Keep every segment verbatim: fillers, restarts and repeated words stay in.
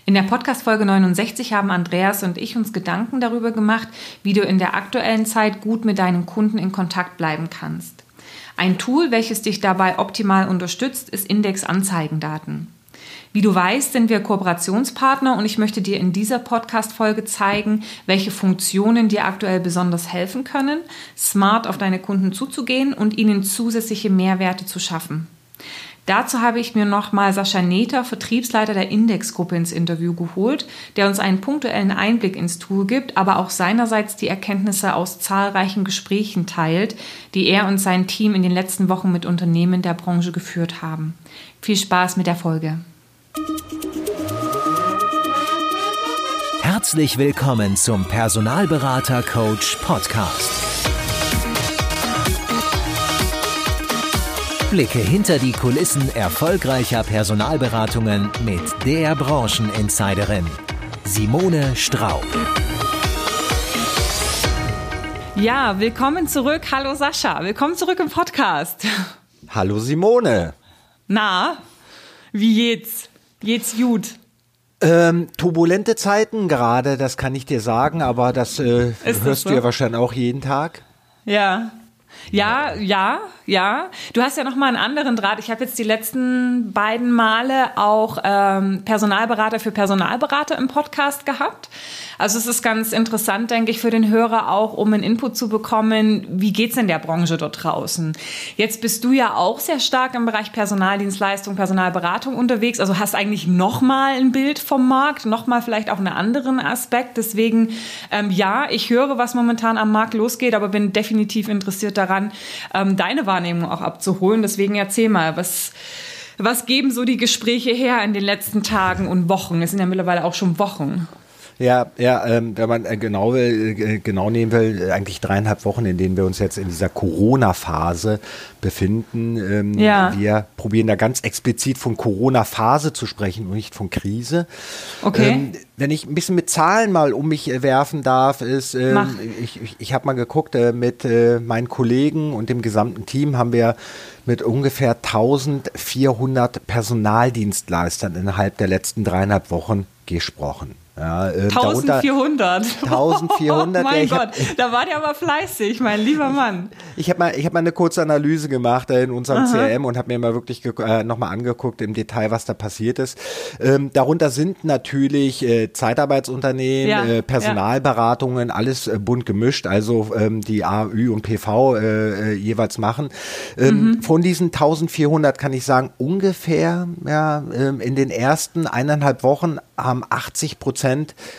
In der Podcast-Folge neunundsechzig haben Andreas und ich uns Gedanken darüber gemacht, wie du in der aktuellen Zeit gut mit deinen Kunden in Kontakt bleiben kannst. Ein Tool, welches dich dabei optimal unterstützt, ist Index Anzeigendaten. Wie du weißt, sind wir Kooperationspartner und ich möchte dir in dieser Podcast-Folge zeigen, welche Funktionen dir aktuell besonders helfen können, smart auf deine Kunden zuzugehen und ihnen zusätzliche Mehrwerte zu schaffen. Dazu habe ich mir nochmal Sascha Nether, Vertriebsleiter der Index-Gruppe, ins Interview geholt, der uns einen punktuellen Einblick ins Tool gibt, aber auch seinerseits die Erkenntnisse aus zahlreichen Gesprächen teilt, die er und sein Team in den letzten Wochen mit Unternehmen der Branche geführt haben. Viel Spaß mit der Folge. Herzlich willkommen zum Personalberater Coach Podcast. Blicke hinter die Kulissen erfolgreicher Personalberatungen mit der Brancheninsiderin Simone Straub. Ja, willkommen zurück. Hallo Sascha, willkommen zurück im Podcast. Hallo Simone. Na, wie geht's? Geht's gut? Ähm, turbulente Zeiten gerade, das kann ich dir sagen, aber das äh, Ist hörst das so? du ja wahrscheinlich auch jeden Tag. Ja. Ja, ja, ja. Du hast ja noch mal einen anderen Draht. Ich habe jetzt die letzten beiden Male auch ähm, Personalberater für Personalberater im Podcast gehabt. Also es ist ganz interessant, denke ich, für den Hörer auch, um einen Input zu bekommen, wie geht's in der Branche dort draußen? Jetzt bist du ja auch sehr stark im Bereich Personaldienstleistung, Personalberatung unterwegs. Also hast eigentlich noch mal ein Bild vom Markt, noch mal vielleicht auch einen anderen Aspekt. Deswegen, ähm, ja, ich höre, was momentan am Markt losgeht, aber bin definitiv interessiert daran, ähm, deine Wahrnehmung auch abzuholen. Deswegen erzähl mal, was, was geben so die Gespräche her in den letzten Tagen und Wochen? Es sind ja mittlerweile auch schon Wochen. Ja, ja, ähm, wenn man äh, genau will, äh, genau nehmen will, äh, eigentlich dreieinhalb Wochen, in denen wir uns jetzt in dieser Corona-Phase befinden. Ähm, Ja. Wir probieren da ganz explizit von Corona-Phase zu sprechen und nicht von Krise. Okay. Ähm, wenn ich ein bisschen mit Zahlen mal um mich äh, werfen darf, ist, ähm, Mach. ich, ich, ich habe mal geguckt, äh, mit äh, meinen Kollegen und dem gesamten Team haben wir mit ungefähr eintausendvierhundert Personaldienstleistern innerhalb der letzten dreieinhalb Wochen gesprochen. Ja, ähm, eintausendvierhundert. eintausendvierhundert. Oh mein ja, ich Gott, hab, da war der aber fleißig, mein lieber Mann. Ich habe mal, ich hab mal eine kurze Analyse gemacht äh, in unserem Aha. C R M und habe mir mal wirklich äh, nochmal angeguckt im Detail, was da passiert ist. Ähm, darunter sind natürlich äh, Zeitarbeitsunternehmen, Ja, äh, Personalberatungen, alles äh, bunt gemischt, also ähm, die A, Ü und P V äh, äh, jeweils machen. Ähm, mhm. Von diesen eintausendvierhundert kann ich sagen, ungefähr ja, ähm, in den ersten eineinhalb Wochen haben achtzig Prozent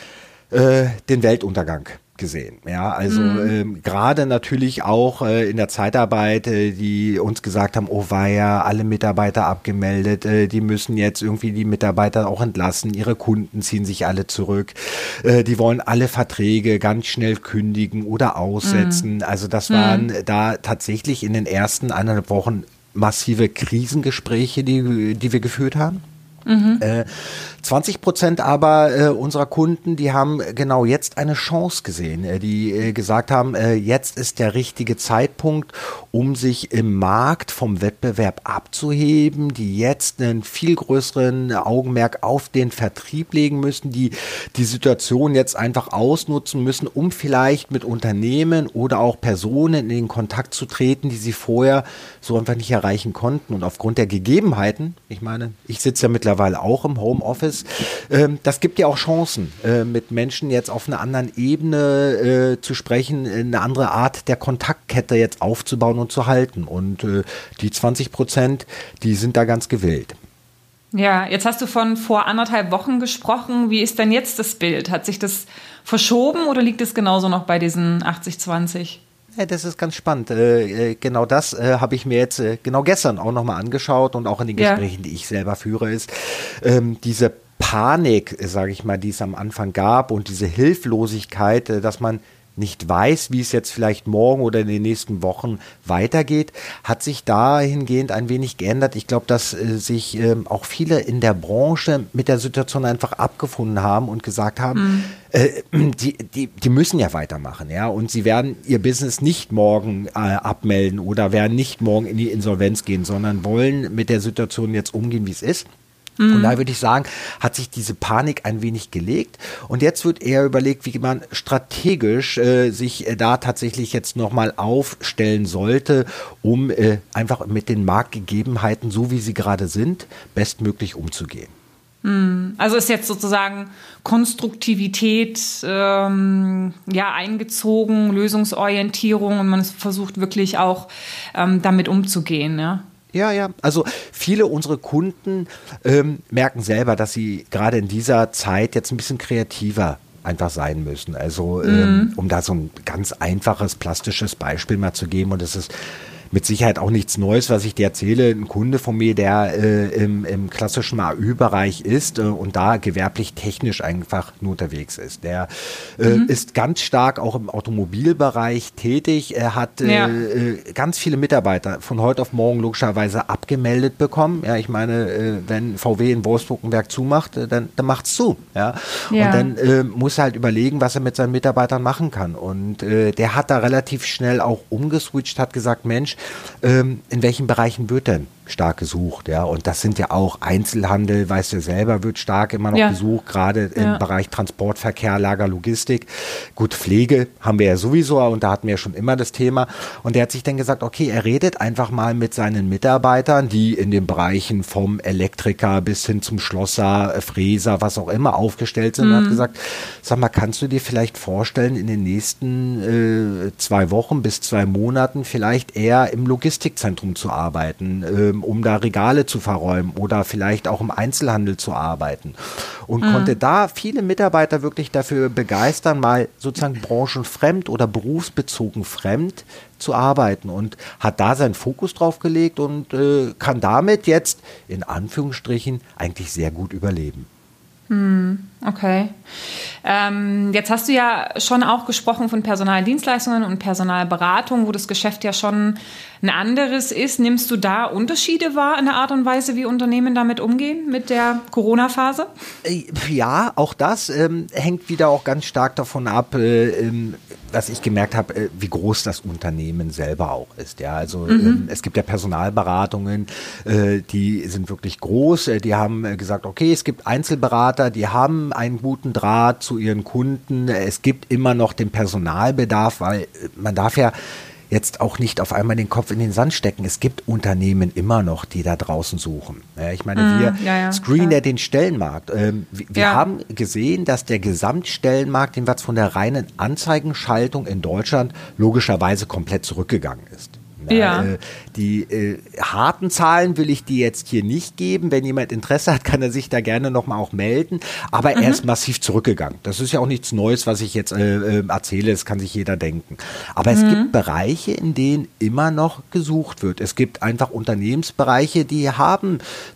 äh, den Weltuntergang gesehen. Ja, also mhm. ähm, gerade natürlich auch äh, in der Zeitarbeit, äh, die uns gesagt haben, oh weia, alle Mitarbeiter abgemeldet, äh, die müssen jetzt irgendwie die Mitarbeiter auch entlassen, ihre Kunden ziehen sich alle zurück, äh, die wollen alle Verträge ganz schnell kündigen oder aussetzen. Mhm. Also das waren mhm. da tatsächlich in den ersten eineinhalb Wochen massive Krisengespräche, die, die wir geführt haben. Mhm. Äh, zwanzig Prozent aber äh, unserer Kunden, die haben genau jetzt eine Chance gesehen, äh, die äh, gesagt haben, äh, jetzt ist der richtige Zeitpunkt, um sich im Markt vom Wettbewerb abzuheben, die jetzt einen viel größeren Augenmerk auf den Vertrieb legen müssen, die die Situation jetzt einfach ausnutzen müssen, um vielleicht mit Unternehmen oder auch Personen in den Kontakt zu treten, die sie vorher so einfach nicht erreichen konnten. Und aufgrund der Gegebenheiten, ich meine, ich sitze ja mittlerweile auch im Homeoffice. Ähm, das gibt ja auch Chancen, äh, mit Menschen jetzt auf einer anderen Ebene äh, zu sprechen, eine andere Art der Kontaktkette jetzt aufzubauen und zu halten. Und äh, die zwanzig Prozent, die sind da ganz gewillt. Ja, jetzt hast du von vor anderthalb Wochen gesprochen. Wie ist denn jetzt das Bild? Hat sich das verschoben oder liegt es genauso noch bei diesen achtzig zwanzig? Ja, das ist ganz spannend. Äh, genau das äh, habe ich mir jetzt äh, genau gestern auch nochmal angeschaut und auch in den Gesprächen, ja. die ich selber führe, ist ähm, diese Panik, sage ich mal, die es am Anfang gab und diese Hilflosigkeit, äh, dass man nicht weiß, wie es jetzt vielleicht morgen oder in den nächsten Wochen weitergeht, hat sich dahingehend ein wenig geändert. Ich glaube, dass äh, sich äh, auch viele in der Branche mit der Situation einfach abgefunden haben und gesagt haben, mhm. äh, die, die, die müssen ja weitermachen, ja, und sie werden ihr Business nicht morgen äh, abmelden oder werden nicht morgen in die Insolvenz gehen, sondern wollen mit der Situation jetzt umgehen, wie es ist. Von daher würde ich sagen, hat sich diese Panik ein wenig gelegt und jetzt wird eher überlegt, wie man strategisch äh, sich äh, da tatsächlich jetzt nochmal aufstellen sollte, um äh, einfach mit den Marktgegebenheiten, so wie sie gerade sind, bestmöglich umzugehen. Also ist jetzt sozusagen Konstruktivität ähm, ja, eingezogen, Lösungsorientierung und man versucht wirklich auch ähm, damit umzugehen, ja? Ja, ja. Also viele unserer Kunden ähm, merken selber, dass sie gerade in dieser Zeit jetzt ein bisschen kreativer einfach sein müssen. Also ähm, mhm. um da so ein ganz einfaches, plastisches Beispiel mal zu geben und das ist mit Sicherheit auch nichts Neues, was ich dir erzähle. Ein Kunde von mir, der äh, im, im klassischen A Ü-Bereich ist äh, und da gewerblich technisch einfach nur unterwegs ist. Der äh, mhm. ist ganz stark auch im Automobilbereich tätig. Er hat äh, ja. äh, ganz viele Mitarbeiter von heute auf morgen logischerweise abgemeldet bekommen. Ja, ich meine, äh, wenn V W in Wolfsburg ein Werk zumacht, äh, dann, dann macht's zu. Ja? ja. Und dann äh, muss er halt überlegen, was er mit seinen Mitarbeitern machen kann. Und äh, der hat da relativ schnell auch umgeswitcht, hat gesagt, Mensch, in welchen Bereichen wird denn stark gesucht, ja, und das sind ja auch Einzelhandel, weißt du selber, wird stark immer noch ja. gesucht, gerade im ja. Bereich Transportverkehr, Lager, Logistik. Gut, Pflege haben wir ja sowieso und da hatten wir ja schon immer das Thema und der hat sich dann gesagt, okay, er redet einfach mal mit seinen Mitarbeitern, die in den Bereichen vom Elektriker bis hin zum Schlosser, Fräser, was auch immer aufgestellt sind mhm. und hat gesagt, sag mal, kannst du dir vielleicht vorstellen, in den nächsten äh, zwei Wochen bis zwei Monaten vielleicht eher im Logistikzentrum zu arbeiten, ähm, um da Regale zu verräumen oder vielleicht auch im Einzelhandel zu arbeiten. Und mhm. konnte da viele Mitarbeiter wirklich dafür begeistern, mal sozusagen branchenfremd oder berufsbezogen fremd zu arbeiten und hat da seinen Fokus drauf gelegt und äh, kann damit jetzt in Anführungsstrichen eigentlich sehr gut überleben. Okay. Ähm, jetzt hast du ja schon auch gesprochen von Personaldienstleistungen und Personalberatung, wo das Geschäft ja schon ein anderes ist. Nimmst du da Unterschiede wahr in der Art und Weise, wie Unternehmen damit umgehen, mit der Corona-Phase? Ja, auch das ähm, hängt wieder auch ganz stark davon ab, äh, ähm, was ich gemerkt habe, äh, wie groß das Unternehmen selber auch ist. Ja, also mhm. ähm, es gibt ja Personalberatungen, äh, die sind wirklich groß. Äh, die haben äh, gesagt, okay, es gibt Einzelberater, die haben einen guten Draht zu ihren Kunden. Es gibt immer noch den Personalbedarf, weil man darf ja jetzt auch nicht auf einmal den Kopf in den Sand stecken. Es gibt Unternehmen immer noch, die da draußen suchen. Ja, ich meine, wir mm, ja, ja, screenen ja den Stellenmarkt. Ähm, wir wir ja. haben gesehen, dass der Gesamtstellenmarkt jedenfalls von der reinen Anzeigenschaltung in Deutschland logischerweise komplett zurückgegangen ist. Ja, ja. Äh, die äh, harten Zahlen will ich dir jetzt hier nicht geben. Wenn jemand Interesse hat, kann er sich da gerne nochmal auch melden. Aber mhm. er ist massiv zurückgegangen. Das ist ja auch nichts Neues, was ich jetzt äh, äh, erzähle. Das kann sich jeder denken. Aber es mhm. gibt Bereiche, in denen immer noch gesucht wird. Es gibt einfach Unternehmensbereiche, die haben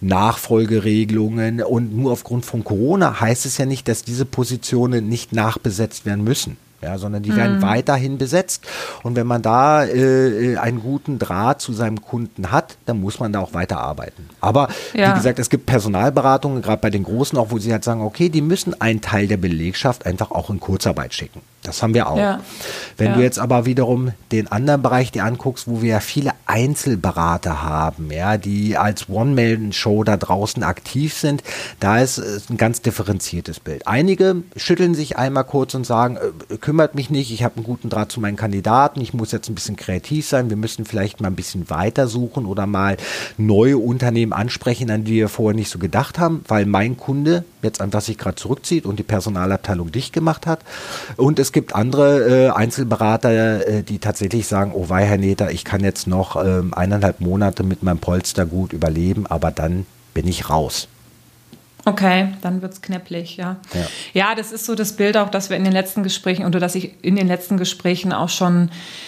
Nachfolgeregelungen. Und nur aufgrund von Corona heißt es ja nicht, dass diese Positionen nicht nachbesetzt werden müssen. Ja, sondern die werden mhm. weiterhin besetzt. Und wenn man da äh, einen guten Draht zu seinem Kunden hat, dann muss man da auch weiter arbeiten. Aber ja. wie gesagt, es gibt Personalberatungen, gerade bei den Großen auch, wo sie halt sagen, okay, die müssen einen Teil der Belegschaft einfach auch in Kurzarbeit schicken. Das haben wir auch. Ja. Wenn ja. du jetzt aber wiederum den anderen Bereich dir anguckst, wo wir ja viele Einzelberater haben, ja, die als One-Man-Show da draußen aktiv sind, da ist es ein ganz differenziertes Bild. Einige schütteln sich einmal kurz und sagen, äh, kümmert mich nicht, ich habe einen guten Draht zu meinen Kandidaten, ich muss jetzt ein bisschen kreativ sein, wir müssen vielleicht mal ein bisschen weiter suchen oder mal neue Unternehmen ansprechen, an die wir vorher nicht so gedacht haben, weil mein Kunde jetzt einfach sich gerade zurückzieht und die Personalabteilung dicht gemacht hat. Und es gibt andere äh, Einzelberater, äh, die tatsächlich sagen, oh wei, Herr Neter, ich kann jetzt noch äh, eineinhalb Monate mit meinem Polster gut überleben, aber dann bin ich raus. Okay, dann wird's knäpplich, ja. ja. Ja, das ist so das Bild auch, dass wir in den letzten Gesprächen oder dass ich in den letzten Gesprächen auch schon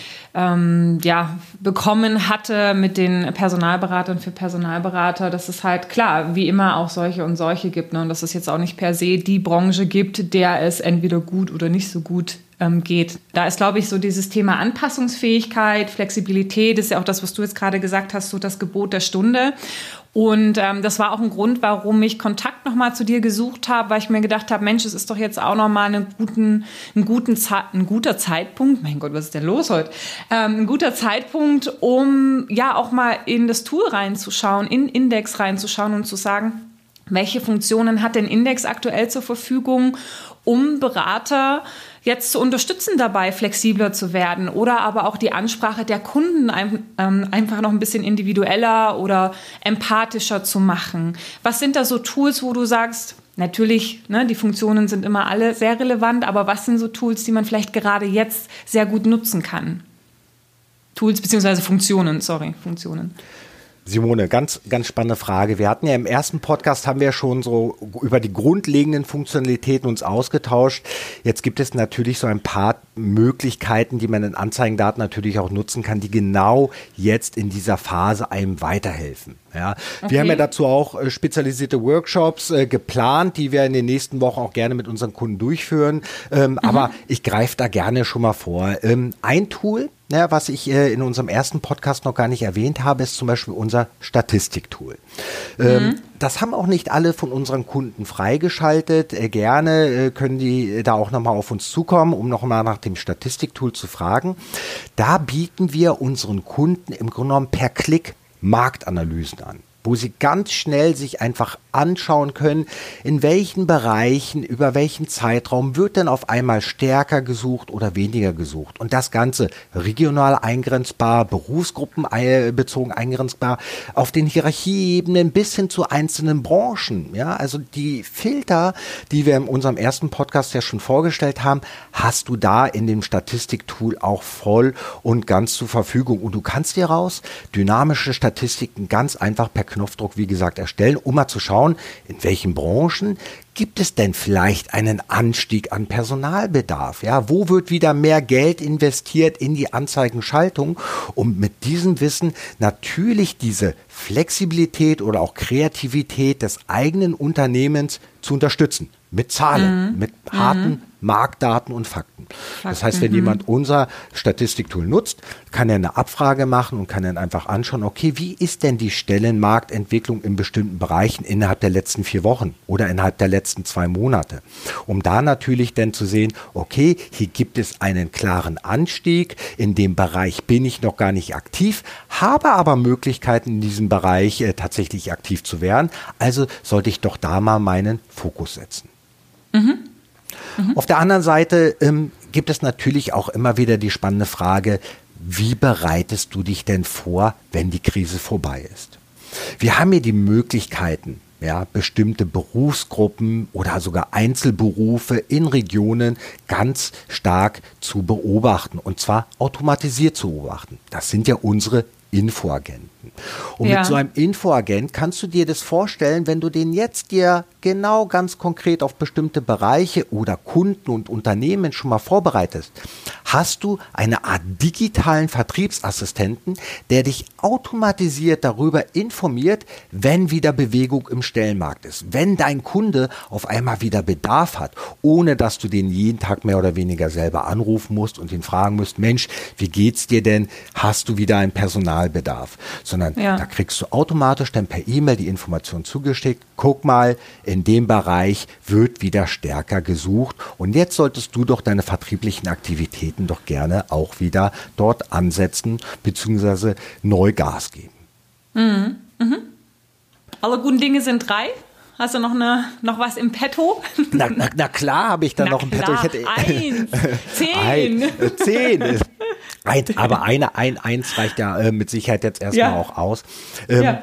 ähm, ja, bekommen hatte mit den Personalberatern für Personalberater, dass es halt klar, wie immer auch solche und solche gibt, ne? Und dass es jetzt auch nicht per se die Branche gibt, der es entweder gut oder nicht so gut ähm, geht. Da ist, glaube ich, so dieses Thema Anpassungsfähigkeit, Flexibilität, ist ja auch das, was du jetzt gerade gesagt hast, so das Gebot der Stunde. Und ähm, das war auch ein Grund, warum ich Kontakt nochmal zu dir gesucht habe, weil ich mir gedacht habe, Mensch, es ist doch jetzt auch nochmal einen guten, einen guten Ze- ein guter Zeitpunkt, mein Gott, was ist denn los heute? Ähm, ein guter Zeitpunkt, um ja auch mal in das Tool reinzuschauen, in Index reinzuschauen und zu sagen, welche Funktionen hat denn Index aktuell zur Verfügung, um Berater jetzt zu unterstützen dabei, flexibler zu werden oder aber auch die Ansprache der Kunden ein, ähm, einfach noch ein bisschen individueller oder empathischer zu machen. Was sind da so Tools, wo du sagst, natürlich, ne, die Funktionen sind immer alle sehr relevant, aber was sind so Tools, die man vielleicht gerade jetzt sehr gut nutzen kann? Tools bzw. Funktionen, sorry, Funktionen. Simone, ganz, ganz spannende Frage. Wir hatten ja im ersten Podcast, haben wir schon so über die grundlegenden Funktionalitäten uns ausgetauscht. Jetzt gibt es natürlich so ein paar Möglichkeiten, die man in Anzeigendaten natürlich auch nutzen kann, die genau jetzt in dieser Phase einem weiterhelfen. Ja, okay. Wir haben ja dazu auch äh, spezialisierte Workshops äh, geplant, die wir in den nächsten Wochen auch gerne mit unseren Kunden durchführen. Ähm, mhm. Aber ich greife da gerne schon mal vor. Ähm, ein Tool, ja, was ich äh, in unserem ersten Podcast noch gar nicht erwähnt habe, ist zum Beispiel unser Statistiktool. Ähm, mhm. Das haben auch nicht alle von unseren Kunden freigeschaltet. Äh, gerne äh, können die äh, da auch nochmal auf uns zukommen, um nochmal nach dem Statistiktool zu fragen. Da bieten wir unseren Kunden im Grunde genommen per Klick Marktanalysen an, wo sie ganz schnell sich einfach anschauen können, in welchen Bereichen, über welchen Zeitraum wird denn auf einmal stärker gesucht oder weniger gesucht. Und das Ganze regional eingrenzbar, berufsgruppenbezogen eingrenzbar, auf den Hierarchieebenen bis hin zu einzelnen Branchen. Ja, also die Filter, die wir in unserem ersten Podcast ja schon vorgestellt haben, hast du da in dem Statistiktool auch voll und ganz zur Verfügung. Und du kannst dir raus dynamische Statistiken ganz einfach per Knopfdruck, wie gesagt, erstellen, um mal zu schauen, in welchen Branchen gibt es denn vielleicht einen Anstieg an Personalbedarf? Ja, wo wird wieder mehr Geld investiert in die Anzeigenschaltung, um mit diesem Wissen natürlich diese Flexibilität oder auch Kreativität des eigenen Unternehmens zu unterstützen? Mit Zahlen, mhm. mit harten mhm. Marktdaten und Fakten. Fakten. Das heißt, wenn mhm. jemand unser Statistiktool nutzt, kann er eine Abfrage machen und kann dann einfach anschauen, okay, wie ist denn die Stellenmarktentwicklung in bestimmten Bereichen innerhalb der letzten vier Wochen oder innerhalb der letzten zwei Monate? Um da natürlich dann zu sehen, okay, hier gibt es einen klaren Anstieg, in dem Bereich bin ich noch gar nicht aktiv, habe aber Möglichkeiten in diesem Bereich äh, tatsächlich aktiv zu werden, also sollte ich doch da mal meinen Fokus setzen. Mhm. Mhm. Auf der anderen Seite ähm, gibt es natürlich auch immer wieder die spannende Frage, wie bereitest du dich denn vor, wenn die Krise vorbei ist? Wir haben hier die Möglichkeiten, ja, bestimmte Berufsgruppen oder sogar Einzelberufe in Regionen ganz stark zu beobachten und zwar automatisiert zu beobachten. Das sind ja unsere Infoagenten. Und ja. mit so einem Infoagent kannst du dir das vorstellen, wenn du den jetzt dir genau ganz konkret auf bestimmte Bereiche oder Kunden und Unternehmen schon mal vorbereitest, hast du eine Art digitalen Vertriebsassistenten, der dich automatisiert darüber informiert, wenn wieder Bewegung im Stellenmarkt ist, wenn dein Kunde auf einmal wieder Bedarf hat, ohne dass du den jeden Tag mehr oder weniger selber anrufen musst und ihn fragen musst, Mensch, wie geht's dir denn? Hast du wieder einen Personalbedarf? Sondern ja. da kriegst du automatisch dann per E-Mail die Information zugeschickt, guck mal, in dem Bereich wird wieder stärker gesucht und jetzt solltest du doch deine vertrieblichen Aktivitäten doch gerne auch wieder dort ansetzen bzw. neu Gas geben. Mhm. Mhm. Alle guten Dinge sind drei. Hast du noch, eine, noch was im Petto? Na, na, na klar habe ich da na noch im Petto. Ich hätte, eins, zehn. Ein, äh, zehn. Ein, aber eine, ein, eins reicht ja äh, mit Sicherheit jetzt erstmal ja. auch aus. Ähm, ja.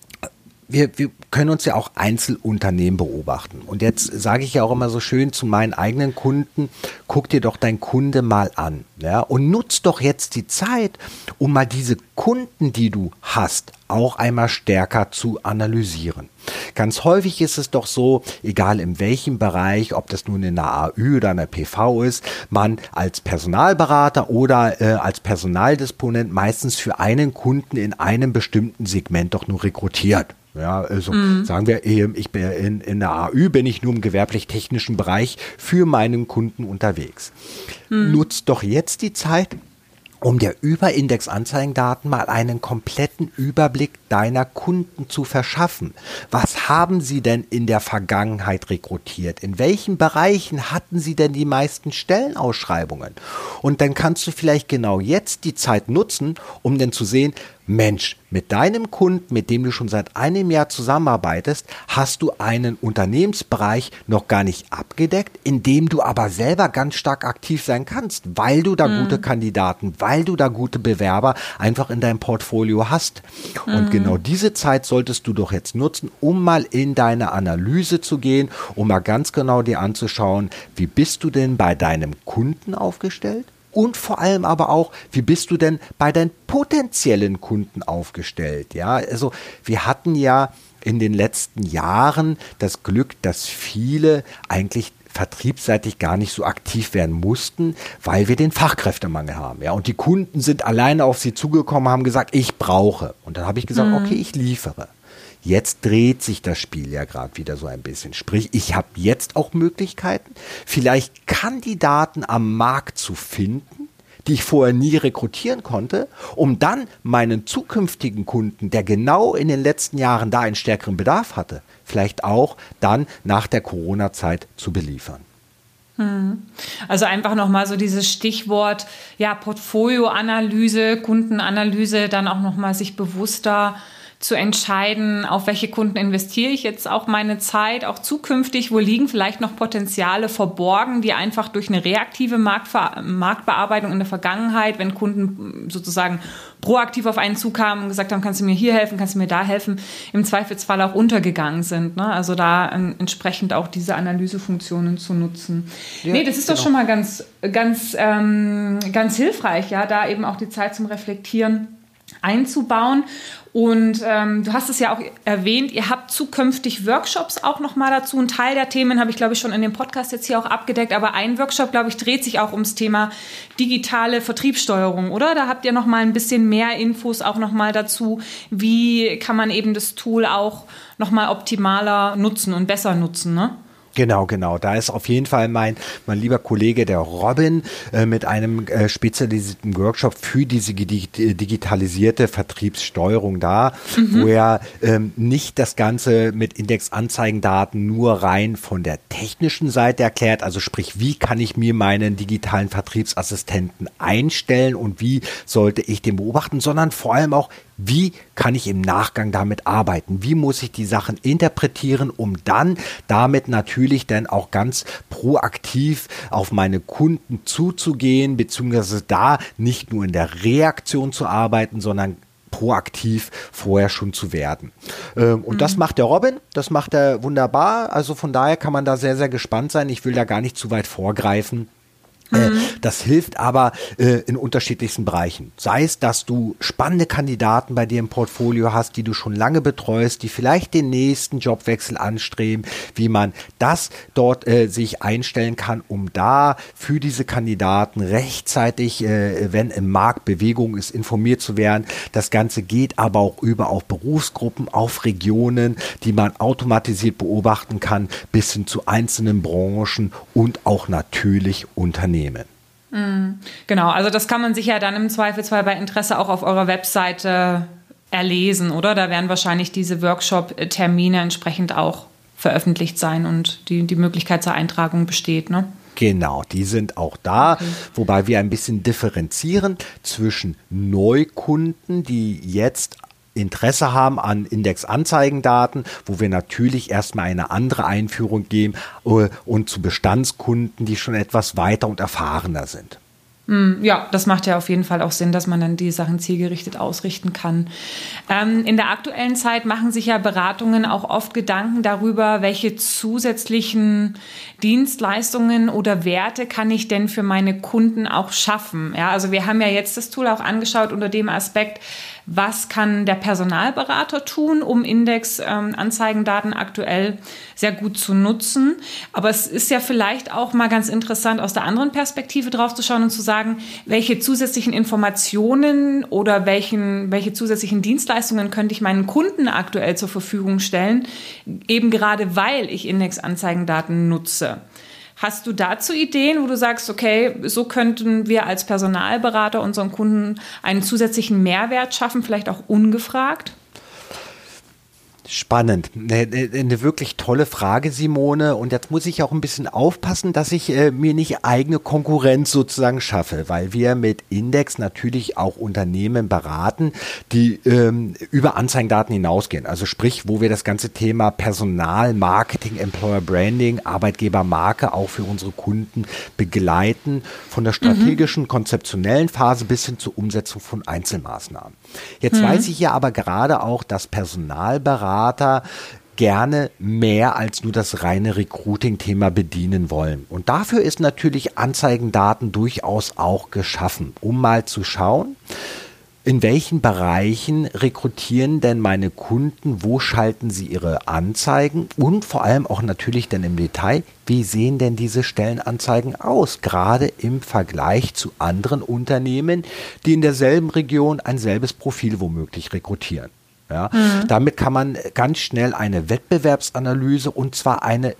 Wir, wir können uns ja auch Einzelunternehmen beobachten. Und jetzt sage ich ja auch immer so schön zu meinen eigenen Kunden, guck dir doch deinen Kunde mal an. Ja, und nutz doch jetzt die Zeit, um mal diese Kunden, die du hast, auch einmal stärker zu analysieren. Ganz häufig ist es doch so, egal in welchem Bereich, ob das nun in der A Ü oder in der P V ist, man als Personalberater oder äh, als Personaldisponent meistens für einen Kunden in einem bestimmten Segment doch nur rekrutiert. Ja, also mhm. sagen wir, ich bin in, in der A Ü bin ich nur im gewerblich-technischen Bereich für meinen Kunden unterwegs. Mhm. Nutzt doch jetzt die Zeit, um dir über Index-Anzeigendaten mal einen kompletten Überblick deiner Kunden zu verschaffen. Was haben sie denn in der Vergangenheit rekrutiert? In welchen Bereichen hatten sie denn die meisten Stellenausschreibungen? Und dann kannst du vielleicht genau jetzt die Zeit nutzen, um dann zu sehen, Mensch, mit deinem Kunden, mit dem du schon seit einem Jahr zusammenarbeitest, hast du einen Unternehmensbereich noch gar nicht abgedeckt, in dem du aber selber ganz stark aktiv sein kannst, weil du da mhm. gute Kandidaten, weil du da gute Bewerber einfach in deinem Portfolio hast. Mhm. Und genau diese Zeit solltest du doch jetzt nutzen, um mal in deine Analyse zu gehen, um mal ganz genau dir anzuschauen, wie bist du denn bei deinem Kunden aufgestellt? Und vor allem aber auch, wie bist du denn bei deinen potenziellen Kunden aufgestellt? Ja, also wir hatten ja in den letzten Jahren das Glück, dass viele eigentlich vertriebsseitig gar nicht so aktiv werden mussten, weil wir den Fachkräftemangel haben. Ja, und die Kunden sind alleine auf sie zugekommen, haben gesagt, ich brauche. Und dann habe ich gesagt, mhm. okay, ich liefere. Jetzt dreht sich das Spiel ja gerade wieder so ein bisschen. Sprich, ich habe jetzt auch Möglichkeiten, vielleicht Kandidaten am Markt zu finden, die ich vorher nie rekrutieren konnte, um dann meinen zukünftigen Kunden, der genau in den letzten Jahren da einen stärkeren Bedarf hatte, vielleicht auch dann nach der Corona-Zeit zu beliefern. Also einfach nochmal so dieses Stichwort, ja, Portfolioanalyse, Kundenanalyse, dann auch nochmal sich bewusster zu entscheiden, auf welche Kunden investiere ich jetzt auch meine Zeit, auch zukünftig, wo liegen vielleicht noch Potenziale verborgen, die einfach durch eine reaktive Marktver- Marktbearbeitung in der Vergangenheit, wenn Kunden sozusagen proaktiv auf einen zukamen und gesagt haben, kannst du mir hier helfen, kannst du mir da helfen, im Zweifelsfall auch untergegangen sind. Ne? Also da äh, entsprechend auch diese Analysefunktionen zu nutzen. Ja, nee, das ist genau. doch schon mal ganz, ganz, ähm, ganz hilfreich, ja, da eben auch die Zeit zum Reflektieren einzubauen. Und ähm, du hast es ja auch erwähnt, ihr habt zukünftig Workshops auch nochmal dazu. Ein Teil der Themen habe ich, glaube ich, schon in dem Podcast jetzt hier auch abgedeckt. Aber ein Workshop, glaube ich, dreht sich auch ums Thema digitale Vertriebssteuerung, oder? Da habt ihr nochmal ein bisschen mehr Infos auch nochmal dazu. Wie kann man eben das Tool auch nochmal optimaler nutzen und besser nutzen, ne? Genau, genau. Da ist auf jeden Fall mein, mein lieber Kollege, der Robin, äh, mit einem äh, spezialisierten Workshop für diese dig- digitalisierte Vertriebssteuerung da, mhm. wo er ähm, nicht das Ganze mit Indexanzeigendaten nur rein von der technischen Seite erklärt, also sprich, wie kann ich mir meinen digitalen Vertriebsassistenten einstellen und wie sollte ich den beobachten, sondern vor allem auch, wie kann ich im Nachgang damit arbeiten? Wie muss ich die Sachen interpretieren, um dann damit natürlich dann auch ganz proaktiv auf meine Kunden zuzugehen, beziehungsweise da nicht nur in der Reaktion zu arbeiten, sondern proaktiv vorher schon zu werden. Ähm, und mhm. das macht der Robin, das macht er wunderbar. Also von daher kann man da sehr, sehr gespannt sein. Ich will da gar nicht zu weit vorgreifen. Mhm. Das hilft aber äh, in unterschiedlichsten Bereichen. Sei es, dass du spannende Kandidaten bei dir im Portfolio hast, die du schon lange betreust, die vielleicht den nächsten Jobwechsel anstreben, wie man das dort äh, sich einstellen kann, um da für diese Kandidaten rechtzeitig, äh, wenn im Markt Bewegung ist, informiert zu werden. Das Ganze geht aber auch über auf Berufsgruppen, auf Regionen, die man automatisiert beobachten kann, bis hin zu einzelnen Branchen und auch natürlich Unternehmen. Genau, also das kann man sich ja dann im Zweifelsfall bei Interesse auch auf eurer Webseite erlesen, oder? Da werden wahrscheinlich diese Workshop-Termine entsprechend auch veröffentlicht sein und die, die Möglichkeit zur Eintragung besteht, ne? Genau, die sind auch da, okay. Wobei wir ein bisschen differenzieren zwischen Neukunden, die jetzt Interesse haben an Indexanzeigendaten, wo wir natürlich erstmal eine andere Einführung geben, und zu Bestandskunden, die schon etwas weiter und erfahrener sind. Ja, das macht ja auf jeden Fall auch Sinn, dass man dann die Sachen zielgerichtet ausrichten kann. Ähm, in der aktuellen Zeit machen sich ja Beratungen auch oft Gedanken darüber, welche zusätzlichen Dienstleistungen oder Werte kann ich denn für meine Kunden auch schaffen. Ja, also wir haben ja jetzt das Tool auch angeschaut unter dem Aspekt, was kann der Personalberater tun, um Index-Anzeigendaten ähm, aktuell sehr gut zu nutzen. Aber es ist ja vielleicht auch mal ganz interessant, aus der anderen Perspektive drauf zu schauen und zu sagen, welche zusätzlichen Informationen oder welchen, welche zusätzlichen Dienstleistungen könnte ich meinen Kunden aktuell zur Verfügung stellen, eben gerade weil ich Index-Anzeigendaten nutze. Hast du dazu Ideen, wo du sagst, okay, so könnten wir als Personalberater unseren Kunden einen zusätzlichen Mehrwert schaffen, vielleicht auch ungefragt? Spannend. Eine, eine wirklich tolle Frage, Simone. Und jetzt muss ich auch ein bisschen aufpassen, dass ich äh, mir nicht eigene Konkurrenz sozusagen schaffe, weil wir mit Index natürlich auch Unternehmen beraten, die ähm, über Anzeigendaten hinausgehen. Also sprich, wo wir das ganze Thema Personal, Marketing, Employer Branding, Arbeitgebermarke auch für unsere Kunden begleiten, von der strategischen, mhm. konzeptionellen Phase bis hin zur Umsetzung von Einzelmaßnahmen. Jetzt mhm. weiß ich ja aber gerade auch, dass Personalberater gerne mehr als nur das reine Recruiting-Thema bedienen wollen. Und dafür ist natürlich Anzeigendaten durchaus auch geschaffen, um mal zu schauen, in welchen Bereichen rekrutieren denn meine Kunden, wo schalten sie ihre Anzeigen und vor allem auch natürlich dann im Detail, wie sehen denn diese Stellenanzeigen aus, gerade im Vergleich zu anderen Unternehmen, die in derselben Region ein selbes Profil womöglich rekrutieren. Ja, mhm. Damit kann man ganz schnell eine Wettbewerbsanalyse und zwar eine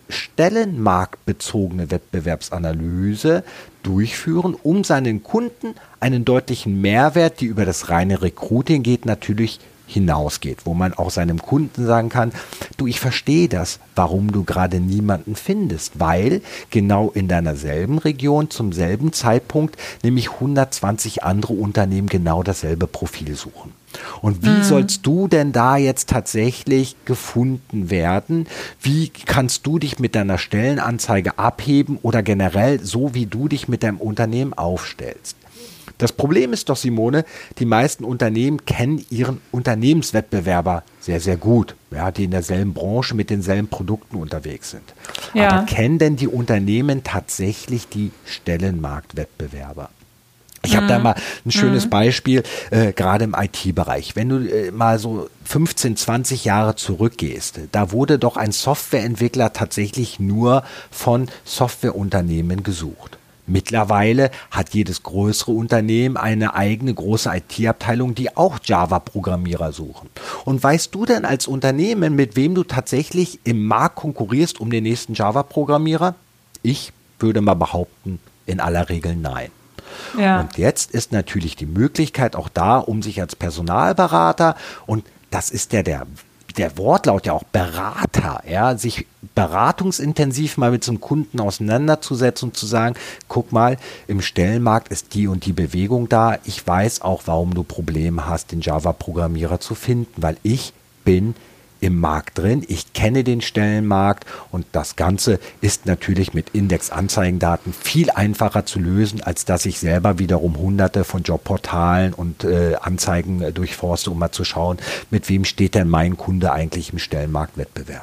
stellenmarktbezogene Wettbewerbsanalyse durchführen, um seinen Kunden einen deutlichen Mehrwert, die über das reine Recruiting geht, natürlich hinausgeht, wo man auch seinem Kunden sagen kann, du, ich verstehe das, warum du gerade niemanden findest, weil genau in deiner selben Region zum selben Zeitpunkt nämlich hundertzwanzig andere Unternehmen genau dasselbe Profil suchen. Und wie mhm. sollst du denn da jetzt tatsächlich gefunden werden? Wie kannst du dich mit deiner Stellenanzeige abheben oder generell so, wie du dich mit deinem Unternehmen aufstellst? Das Problem ist doch, Simone, die meisten Unternehmen kennen ihren Unternehmenswettbewerber sehr, sehr gut, ja, die in derselben Branche mit denselben Produkten unterwegs sind. Ja. Aber kennen denn die Unternehmen tatsächlich die Stellenmarktwettbewerber? Ich habe mhm. da mal ein schönes mhm. Beispiel, äh, gerade im I T-Bereich. Wenn du äh, mal so fünfzehn, zwanzig Jahre zurückgehst, da wurde doch ein Softwareentwickler tatsächlich nur von Softwareunternehmen gesucht. Mittlerweile hat jedes größere Unternehmen eine eigene große I T-Abteilung, die auch Java-Programmierer suchen. Und weißt du denn als Unternehmen, mit wem du tatsächlich im Markt konkurrierst um den nächsten Java-Programmierer? Ich würde mal behaupten, in aller Regel nein. Ja. Und jetzt ist natürlich die Möglichkeit auch da, um sich als Personalberater, und das ist ja der, der Wortlaut ja auch Berater, ja, sich beratungsintensiv mal mit so einem Kunden auseinanderzusetzen und zu sagen, guck mal, im Stellenmarkt ist die und die Bewegung da. Ich weiß auch, warum du Probleme hast, den Java-Programmierer zu finden, weil ich bin im Markt drin, ich kenne den Stellenmarkt und das Ganze ist natürlich mit Index-Anzeigendaten viel einfacher zu lösen, als dass ich selber wiederum hunderte von Jobportalen und äh, Anzeigen äh, durchforste, um mal zu schauen, mit wem steht denn mein Kunde eigentlich im Stellenmarktwettbewerb.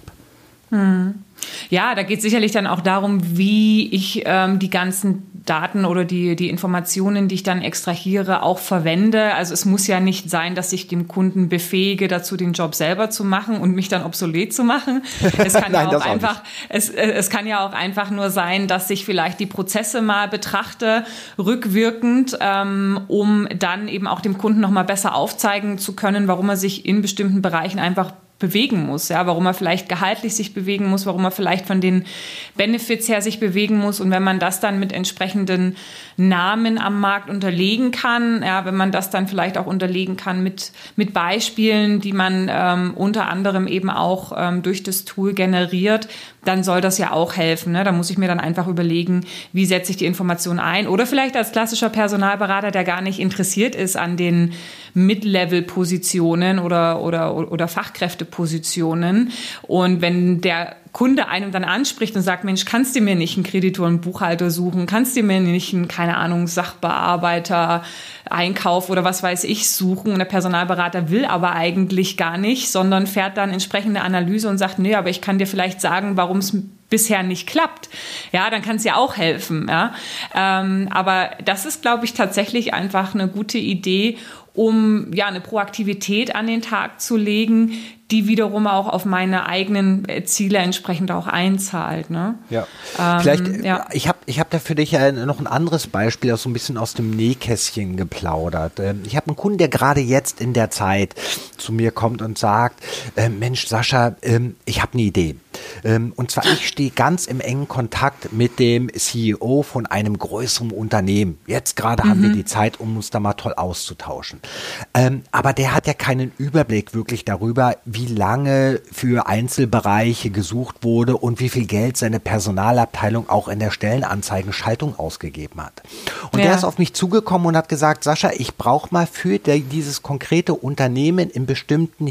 Hm. Ja, da geht es sicherlich dann auch darum, wie ich ähm, die ganzen Daten oder die, die Informationen, die ich dann extrahiere, auch verwende. Also es muss ja nicht sein, dass ich dem Kunden befähige, dazu den Job selber zu machen und mich dann obsolet zu machen. Es kann Nein, ja auch einfach, auch es, es kann ja auch einfach nur sein, dass ich vielleicht die Prozesse mal betrachte, rückwirkend, ähm, um dann eben auch dem Kunden noch mal besser aufzeigen zu können, warum er sich in bestimmten Bereichen einfach bewegen muss, ja, warum er vielleicht gehaltlich sich bewegen muss, warum er vielleicht von den Benefits her sich bewegen muss. Und wenn man das dann mit entsprechenden Namen am Markt unterlegen kann, ja, wenn man das dann vielleicht auch unterlegen kann mit, mit Beispielen, die man ähm, unter anderem eben auch ähm, durch das Tool generiert, dann soll das ja auch helfen. Ne? Da muss ich mir dann einfach überlegen, wie setze ich die Information ein. Oder vielleicht als klassischer Personalberater, der gar nicht interessiert ist an den Mid-Level-Positionen oder, oder, oder Fachkräftepositionen. Und wenn der Kunde einem dann anspricht und sagt, Mensch, kannst du mir nicht einen Kreditor, einen Buchhalter suchen? Kannst du mir nicht einen, keine Ahnung, Sachbearbeiter, Einkauf oder was weiß ich suchen? Und der Personalberater will aber eigentlich gar nicht, sondern fährt dann entsprechende Analyse und sagt, nee, aber ich kann dir vielleicht sagen, warum es bisher nicht klappt. Ja, dann kann es ja auch helfen. Ja? Ähm, aber das ist, glaube ich, tatsächlich einfach eine gute Idee, um ja eine Proaktivität an den Tag zu legen, die wiederum auch auf meine eigenen Ziele entsprechend auch einzahlt. Ne? Ja, ähm, vielleicht, ja. ich habe ich hab da für dich ja noch ein anderes Beispiel, das so ein bisschen aus dem Nähkästchen geplaudert. Ich habe einen Kunden, der gerade jetzt in der Zeit zu mir kommt und sagt, äh, Mensch, Sascha, äh, ich habe eine Idee. Ähm, und zwar, ich stehe ganz im engen Kontakt mit dem C E O von einem größeren Unternehmen. Jetzt gerade mhm. haben wir die Zeit, um uns da mal toll auszutauschen. Ähm, aber der hat ja keinen Überblick wirklich darüber, wie lange für Einzelbereiche gesucht wurde und wie viel Geld seine Personalabteilung auch in der Stellenanzeigenschaltung ausgegeben hat. Und ja. der ist auf mich zugekommen und hat gesagt, Sascha, ich brauche mal für der, dieses konkrete Unternehmen in bestimmten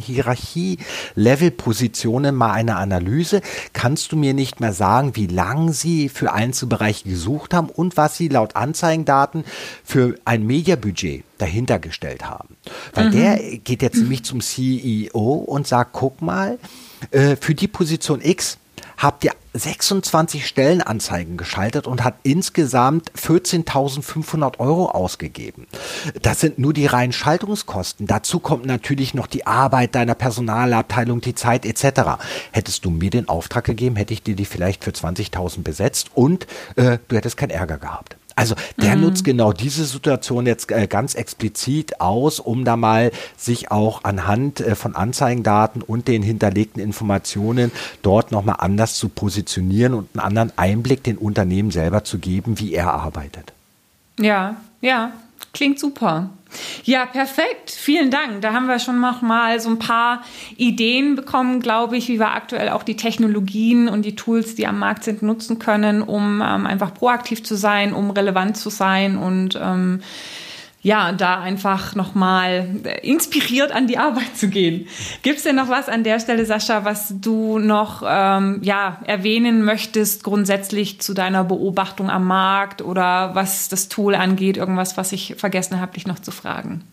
Hierarchie-Level-Positionen mal eine Analyse. Kannst du mir nicht mehr sagen, wie lange sie für Einzelbereiche gesucht haben und was sie laut Anzeigendaten für ein Mediabudget dahinter gestellt haben? Weil mhm. der geht jetzt nämlich zum C E O und sagt, guck mal, äh, für die Position X habt ihr sechsundzwanzig Stellenanzeigen geschaltet und hat insgesamt vierzehntausendfünfhundert Euro ausgegeben. Das sind nur die reinen Schaltungskosten. Dazu kommt natürlich noch die Arbeit deiner Personalabteilung, die Zeit et cetera. Hättest du mir den Auftrag gegeben, hätte ich dir die vielleicht für zwanzigtausend besetzt und äh, du hättest keinen Ärger gehabt. Also der mhm. nutzt genau diese Situation jetzt äh, ganz explizit aus, um da mal sich auch anhand äh, von Anzeigendaten und den hinterlegten Informationen dort nochmal anders zu positionieren und einen anderen Einblick den Unternehmen selber zu geben, wie er arbeitet. Ja, ja, klingt super. Ja, perfekt. Vielen Dank. Da haben wir schon noch mal so ein paar Ideen bekommen, glaube ich, wie wir aktuell auch die Technologien und die Tools, die am Markt sind, nutzen können, um ähm, einfach proaktiv zu sein, um relevant zu sein und ähm, ja, da einfach noch mal inspiriert an die Arbeit zu gehen. Gibt es denn noch was an der Stelle, Sascha, was du noch ähm, ja, erwähnen möchtest, grundsätzlich zu deiner Beobachtung am Markt oder was das Tool angeht, irgendwas, was ich vergessen habe, dich noch zu fragen?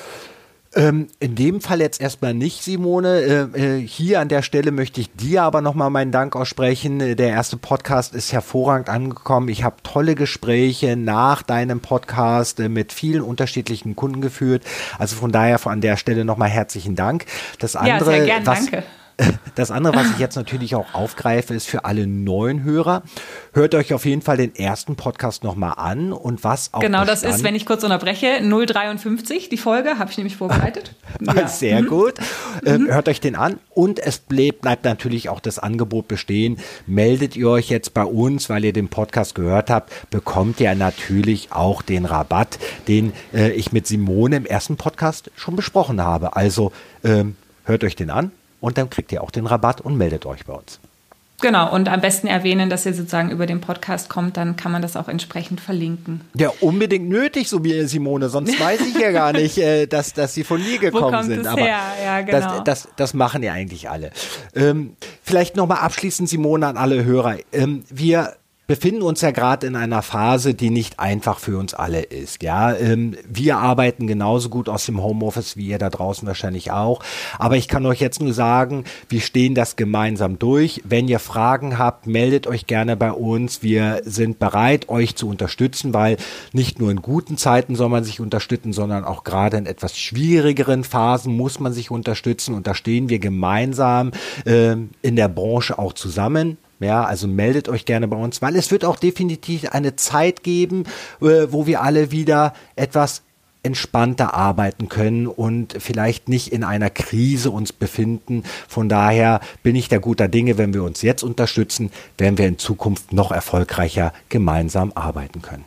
Ähm, in dem Fall jetzt erstmal nicht, Simone. Äh, äh, hier an der Stelle möchte ich dir aber nochmal meinen Dank aussprechen. Der erste Podcast ist hervorragend angekommen. Ich habe tolle Gespräche nach deinem Podcast äh, mit vielen unterschiedlichen Kunden geführt. Also von daher von an der Stelle nochmal herzlichen Dank. Das andere, ja, sehr gern, was, danke. Das andere, was ich jetzt natürlich auch aufgreife, ist für alle neuen Hörer. Hört euch auf jeden Fall den ersten Podcast nochmal an und was auch Genau, das ist, wenn ich kurz unterbreche, null dreiundfünfzig, die Folge, habe ich nämlich vorbereitet. Ja. Sehr mhm. gut. Äh, mhm. Hört euch den an und es bleibt, bleibt natürlich auch das Angebot bestehen. Meldet ihr euch jetzt bei uns, weil ihr den Podcast gehört habt, bekommt ihr natürlich auch den Rabatt, den äh, ich mit Simone im ersten Podcast schon besprochen habe. Also ähm, hört euch den an. Und dann kriegt ihr auch den Rabatt und meldet euch bei uns. Genau, und am besten erwähnen, dass ihr sozusagen über den Podcast kommt, dann kann man das auch entsprechend verlinken. Ja, unbedingt nötig, so wie Simone, sonst weiß ich ja gar nicht, äh, dass, dass sie von mir gekommen Wo kommt sind. Es Aber her? Ja, genau. das, das, das machen ja eigentlich alle. Ähm, vielleicht nochmal abschließend, Simone, an alle Hörer. Ähm, wir befinden uns ja gerade in einer Phase, die nicht einfach für uns alle ist. Ja, ähm, wir arbeiten genauso gut aus dem Homeoffice wie ihr da draußen wahrscheinlich auch. Aber ich kann euch jetzt nur sagen, wir stehen das gemeinsam durch. Wenn ihr Fragen habt, meldet euch gerne bei uns. Wir sind bereit, euch zu unterstützen, weil nicht nur in guten Zeiten soll man sich unterstützen, sondern auch gerade in etwas schwierigeren Phasen muss man sich unterstützen. Und da stehen wir gemeinsam ähm, in der Branche auch zusammen. Ja, also meldet euch gerne bei uns, weil es wird auch definitiv eine Zeit geben, äh, wo wir alle wieder etwas entspannter arbeiten können und vielleicht nicht in einer Krise uns befinden. Von daher bin ich da guter Dinge, wenn wir uns jetzt unterstützen, werden wir in Zukunft noch erfolgreicher gemeinsam arbeiten können.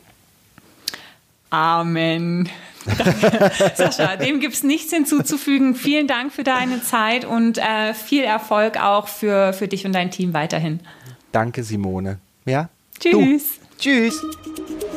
Amen. Danke, Sascha, dem gibt es nichts hinzuzufügen. Vielen Dank für deine Zeit und äh, viel Erfolg auch für, für dich und dein Team weiterhin. Danke, Simone. Ja? Tschüss. Du. Tschüss.